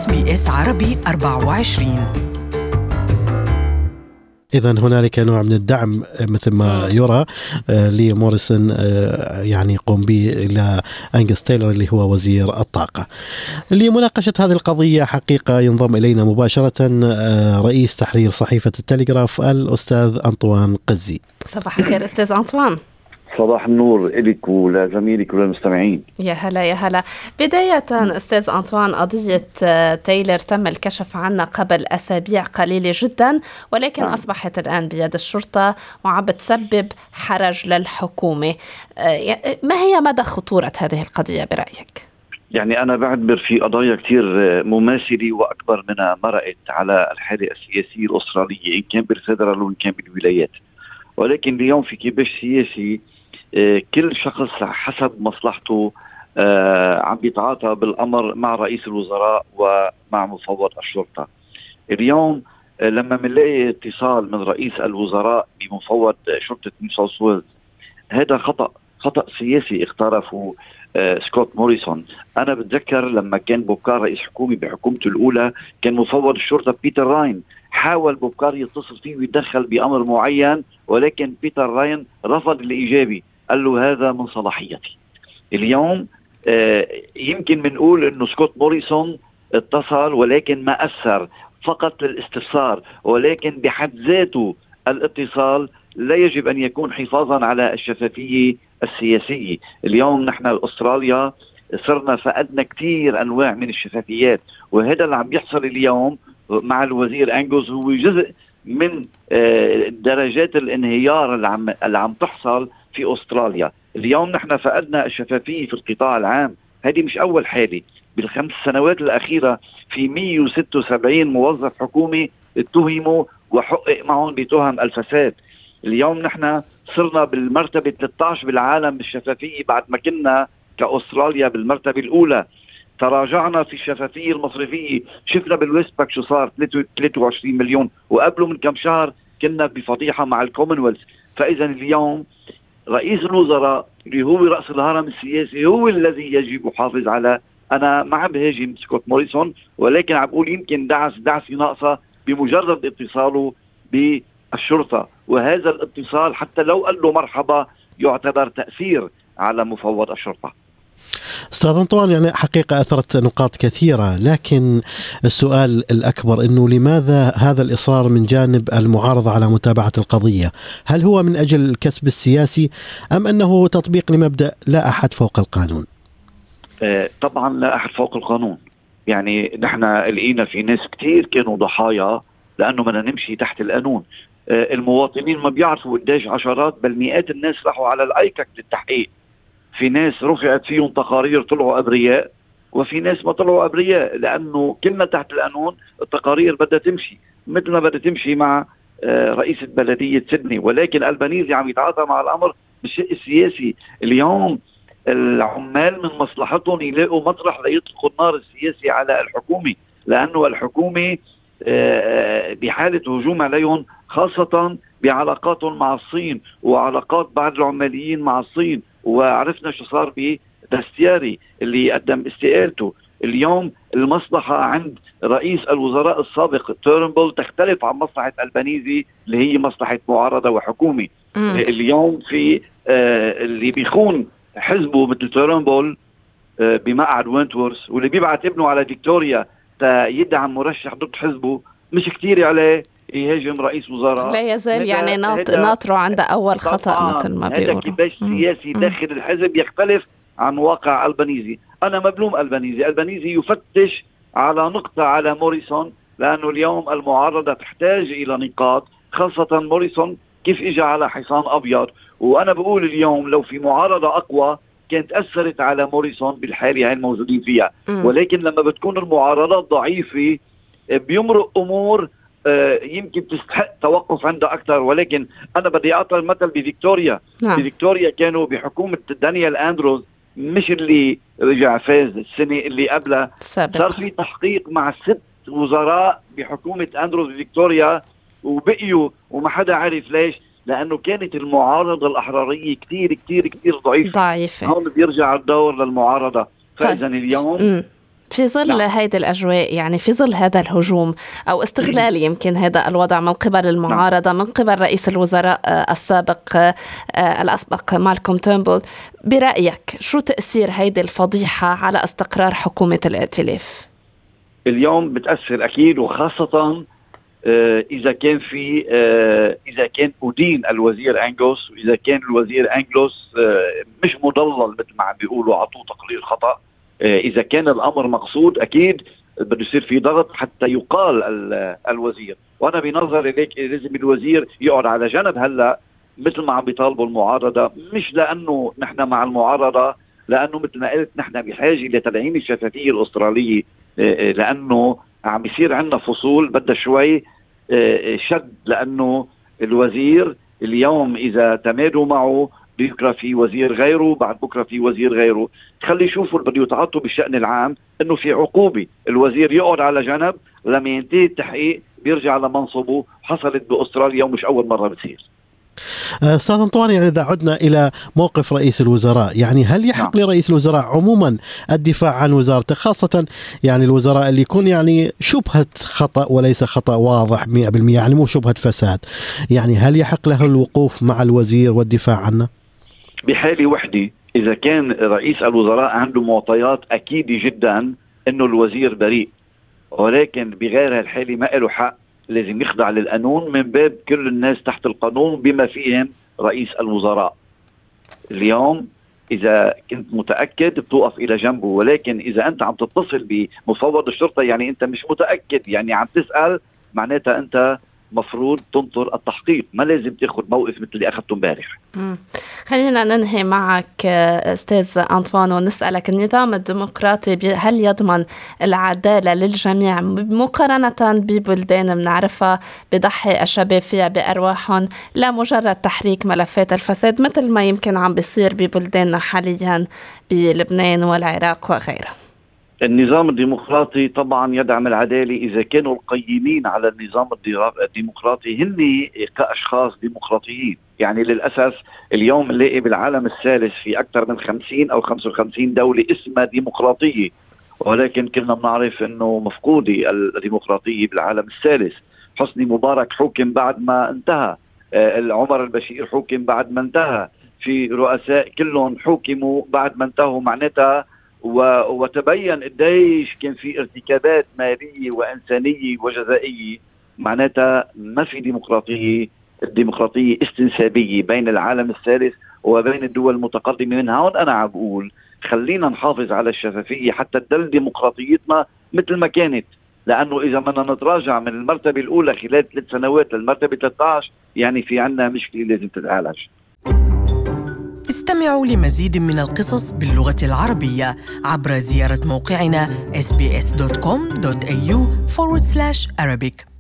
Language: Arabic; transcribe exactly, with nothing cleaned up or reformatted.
إس بي إس عربي أربعة وعشرين. إذن هنالك نوع من الدعم مثل ما يرى لموريسون يعني يقوم به إلى أنجس تايلور اللي هو وزير الطاقة. لمناقشة هذه القضية حقيقة ينضم إلينا مباشرة رئيس تحرير صحيفة التلغراف الأستاذ أنطوان قزي. صباح الخير أستاذ أنطوان. صباح النور إليك ولزميلك وللمستمعين. يا هلا يا هلا. بداية أستاذ أنطوان، قضية تايلور تم الكشف عنها قبل أسابيع قليلة جدا، ولكن نعم. أصبحت الآن بيد الشرطة وعم بتسبب حرج للحكومة. ما هي مدى خطورة هذه القضية برأيك؟ يعني أنا بعتبر في قضايا كتير مماثلة وأكبر منها مرقت على الحالة السياسية الأسترالية، إن كان بالفدرال وإن كان بالولايات، ولكن اليوم في كبش سياسي كل شخص حسب مصلحته عم بيتعاطى بالأمر مع رئيس الوزراء ومع مفوض الشرطة. اليوم لما منلاقي اتصال من رئيس الوزراء بمفوض شرطة نيو ساوث ويلز، هذا خطأ خطأ سياسي اقترفه سكوت موريسون. أنا بتذكر لما كان بوبكار رئيس حكومي بحكومته الأولى، كان مفوض الشرطة بيتر راين حاول بوبكار يتصل فيه ويدخل بأمر معين، ولكن بيتر راين رفض الإيجابي، قال له هذا من صلاحيتي. اليوم آه يمكن بنقول إنه سكوت موريسون اتصل ولكن ما أثر، فقط للاستفسار، ولكن بحد ذاته الاتصال لا يجب أن يكون حفاظا على الشفافية السياسية. اليوم نحن أستراليا صرنا فقدنا كتير أنواع من الشفافيات، وهذا اللي عم بيحصل اليوم مع الوزير أنجوز هو جزء من درجات الانهيار اللي عم اللي عم تحصل في أستراليا. اليوم نحن فقدنا الشفافية في القطاع العام، هذه مش أول حالة. بالخمس سنوات الأخيرة في مئة وستة وسبعين موظف حكومي اتهموا وحقق معهم بتهم الفساد. اليوم نحن صرنا بالمرتبة ثلاثة عشر بالعالم بالشفافية، بعد ما كنا كأستراليا بالمرتبة الأولى. تراجعنا في الشفافية المصرفية، شفنا بالويستباك شو صار ثلاثة وعشرين مليون، وقبله من كم شهر كنا بفضيحة مع الكومنولث. فإذا اليوم رئيس الوزراء اللي هو رأس الهرم السياسي هو الذي يجب يحافظ على، أنا ما عم بهاجم سكوت موريسون، ولكن عم بقول يمكن دعس دعسي ناقصة بمجرد اتصاله بالشرطة، وهذا الاتصال حتى لو قال له مرحبا يعتبر تأثير على مفوض الشرطة. أستاذ أنطوان، يعني حقيقة أثرت نقاط كثيرة، لكن السؤال الأكبر أنه لماذا هذا الإصرار من جانب المعارضة على متابعة القضية؟ هل هو من أجل الكسب السياسي أم أنه تطبيق لمبدأ لا أحد فوق القانون؟ آه طبعا لا أحد فوق القانون. يعني نحن لقينا في ناس كتير كانوا ضحايا لأنه بدنا نمشي تحت القانون. آه المواطنين ما بيعرفوا قديش عشرات بل مئات الناس راحوا على الأيكك للتحقيق. في ناس رفعت فيهم تقارير طلعوا أبرياء، وفي ناس ما طلعوا أبرياء، لأنه كلنا تحت القانون. التقارير بدها تمشي مثل ما بدها تمشي مع رئيسة بلدية سيدني، ولكن البنيزي عم يتعاطى مع الأمر بالشيء السياسي. اليوم العمال من مصلحتهم يلاقوا مطرح ليطلقوا النار السياسي على الحكومة، لأنه الحكومة بحالة هجوم عليهم، خاصة بعلاقاتهم مع الصين وعلاقات بعض العماليين مع الصين. وعرفنا شو صار بدستياري اللي قدم استقالته. اليوم المصلحة عند رئيس الوزراء السابق تورنبول تختلف عن مصلحة البنيزي اللي هي مصلحة معارضة وحكومة. م. اليوم في آه اللي بيخون حزبه مثل تورنبول آه بمقعد وينتورث، واللي بيبعت ابنه على فيكتوريا تا يدعم مرشح ضد حزبه، مش كتير عليه يهاجم رئيس وزراء. لا يزال يعني ناط ناطره عند أول خطأ مثل ما بيقولوا. هذا كباش سياسي داخل الحزب يختلف عن واقع البنيزي. أنا مبلوم البنيزي، البنيزي يفتش على نقطة على موريسون، لأنه اليوم المعارضة تحتاج إلى نقاط، خاصة موريسون كيف إجا على حصان أبيض. وأنا بقول اليوم لو في معارضة أقوى كانت أثرت على موريسون بالحالة هاي الموجودين فيها، ولكن لما بتكون المعارضات ضعيفة بيمرق أمور آه يمكن تستحق توقف عندها أكثر. ولكن أنا بدي أعطي المثل بفيكتوريا. نعم. بفيكتوريا كانوا بحكومة دانيال أندروز، مش اللي رجع فاز السنة اللي قبلها، صار في تحقيق مع ست وزراء بحكومة أندروز بفيكتوريا وبقيوا وما حدا عارف ليش، لأنه كانت المعارضة الأحرارية كتير كتير كتير ضعيفة. ضعيفة. هون بيرجع الدور للمعارضة. فإذا اليوم م. في ظل نعم. هذه الأجواء، يعني في ظل هذا الهجوم أو استغلال يمكن هذا الوضع من قبل المعارضة، من قبل رئيس الوزراء السابق الأسبق مالكوم تيرنبول، برأيك شو تأثير هذه الفضيحة على استقرار حكومة الائتلاف؟ اليوم بتأثر أكيد، وخاصة إذا كان في إذا كان أدين الوزير أنجلوس، وإذا كان الوزير أنجلوس مش مضلل مثل ما عم بيقولوا عطوه تقرير خطأ، إذا كان الأمر مقصود أكيد بده يصير في ضغط حتى يقال الوزير. وأنا بنظري ليك لازم الوزير يقعد على جنب هلأ مثل ما عم بيطالبوا المعارضة، مش لأنه نحن مع المعارضة، لأنه مثل ما قلت نحن بحاجة لتدعيم الشفافية الأسترالية، لأنه عم بيصير عندنا فصول بدها شوي شد، لأنه الوزير اليوم إذا تمادوا معه بكرة في وزير غيره، بعد بكرة في وزير غيره، تخلي يشوفوا اللي بده يتعاطوا بالشأن العام إنه في عقوبة، الوزير يقعد على جنب لما ينتهي التحقيق بيرجع لمنصبه. حصلت بأستراليا ومش أول مرة بتصير. أستاذ أنطوان، يعني إذا عدنا إلى موقف رئيس الوزراء، يعني هل يحق نعم. لرئيس الوزراء عموما الدفاع عن وزارته، خاصة يعني الوزراء اللي يكون يعني شبهة خطأ وليس خطأ واضح مئة بالمئة، يعني مو شبهة فساد، يعني هل يحق له الوقوف مع الوزير والدفاع عنه؟ بحالة وحدة إذا كان رئيس الوزراء عنده معطيات أكيدة جدا إنه الوزير بريء، ولكن بغير هالحالة ما له حق، لازم يخضع للقانون من باب كل الناس تحت القانون بما فيهم رئيس الوزراء. اليوم إذا كنت متأكد بتوقف إلى جنبه، ولكن إذا أنت عم تتصل بمفوض الشرطة يعني أنت مش متأكد، يعني عم تسأل، معناتها أنت مفروض تنطر التحقيق، ما لازم تاخد موقف مثل اللي أخذته امبارح. خلينا ننهي معك أستاذ أنطوان ونسألك، النظام الديمقراطي هل يضمن العدالة للجميع مقارنة ببلدان بنعرفها بضحي الشباب فيها بأرواحهم لا مجرد تحريك ملفات الفساد مثل ما يمكن عم بيصير ببلداننا حاليا بلبنان والعراق وغيرها؟ النظام الديمقراطي طبعا يدعم العدالة إذا كانوا القيمين على النظام الديمقراطي هن كأشخاص ديمقراطيين. يعني للأسف اليوم نلاقي بالعالم الثالث في أكثر من خمسين أو خمسة وخمسين دولة اسمها ديمقراطية، ولكن كنا بنعرف أنه مفقودة الديمقراطية بالعالم الثالث. حسني مبارك حكم بعد ما انتهى، عمر البشير حكم بعد ما انتهى، في رؤساء كلهم حكموا بعد ما انتهوا، معناتها وتبين قديش كان في ارتكابات مالية وإنسانية وجزائية، معناتها ما في ديمقراطية. الديمقراطية استنسابية بين العالم الثالث وبين الدول المتقدمة. من هون أنا عم بقول خلينا نحافظ على الشفافية حتى تدل ديمقراطيتنا مثل ما كانت، لأنه إذا بدنا نتراجع من المرتبة الأولى خلال ثلاث سنوات للمرتبة ثلاثة عشر يعني في عنا مشكلة لازم تتعالج. استمعوا لمزيد من القصص باللغة العربية عبر زيارة موقعنا إس بي إس دوت كوم دوت إيه يو فورورد سلاش أرابيك.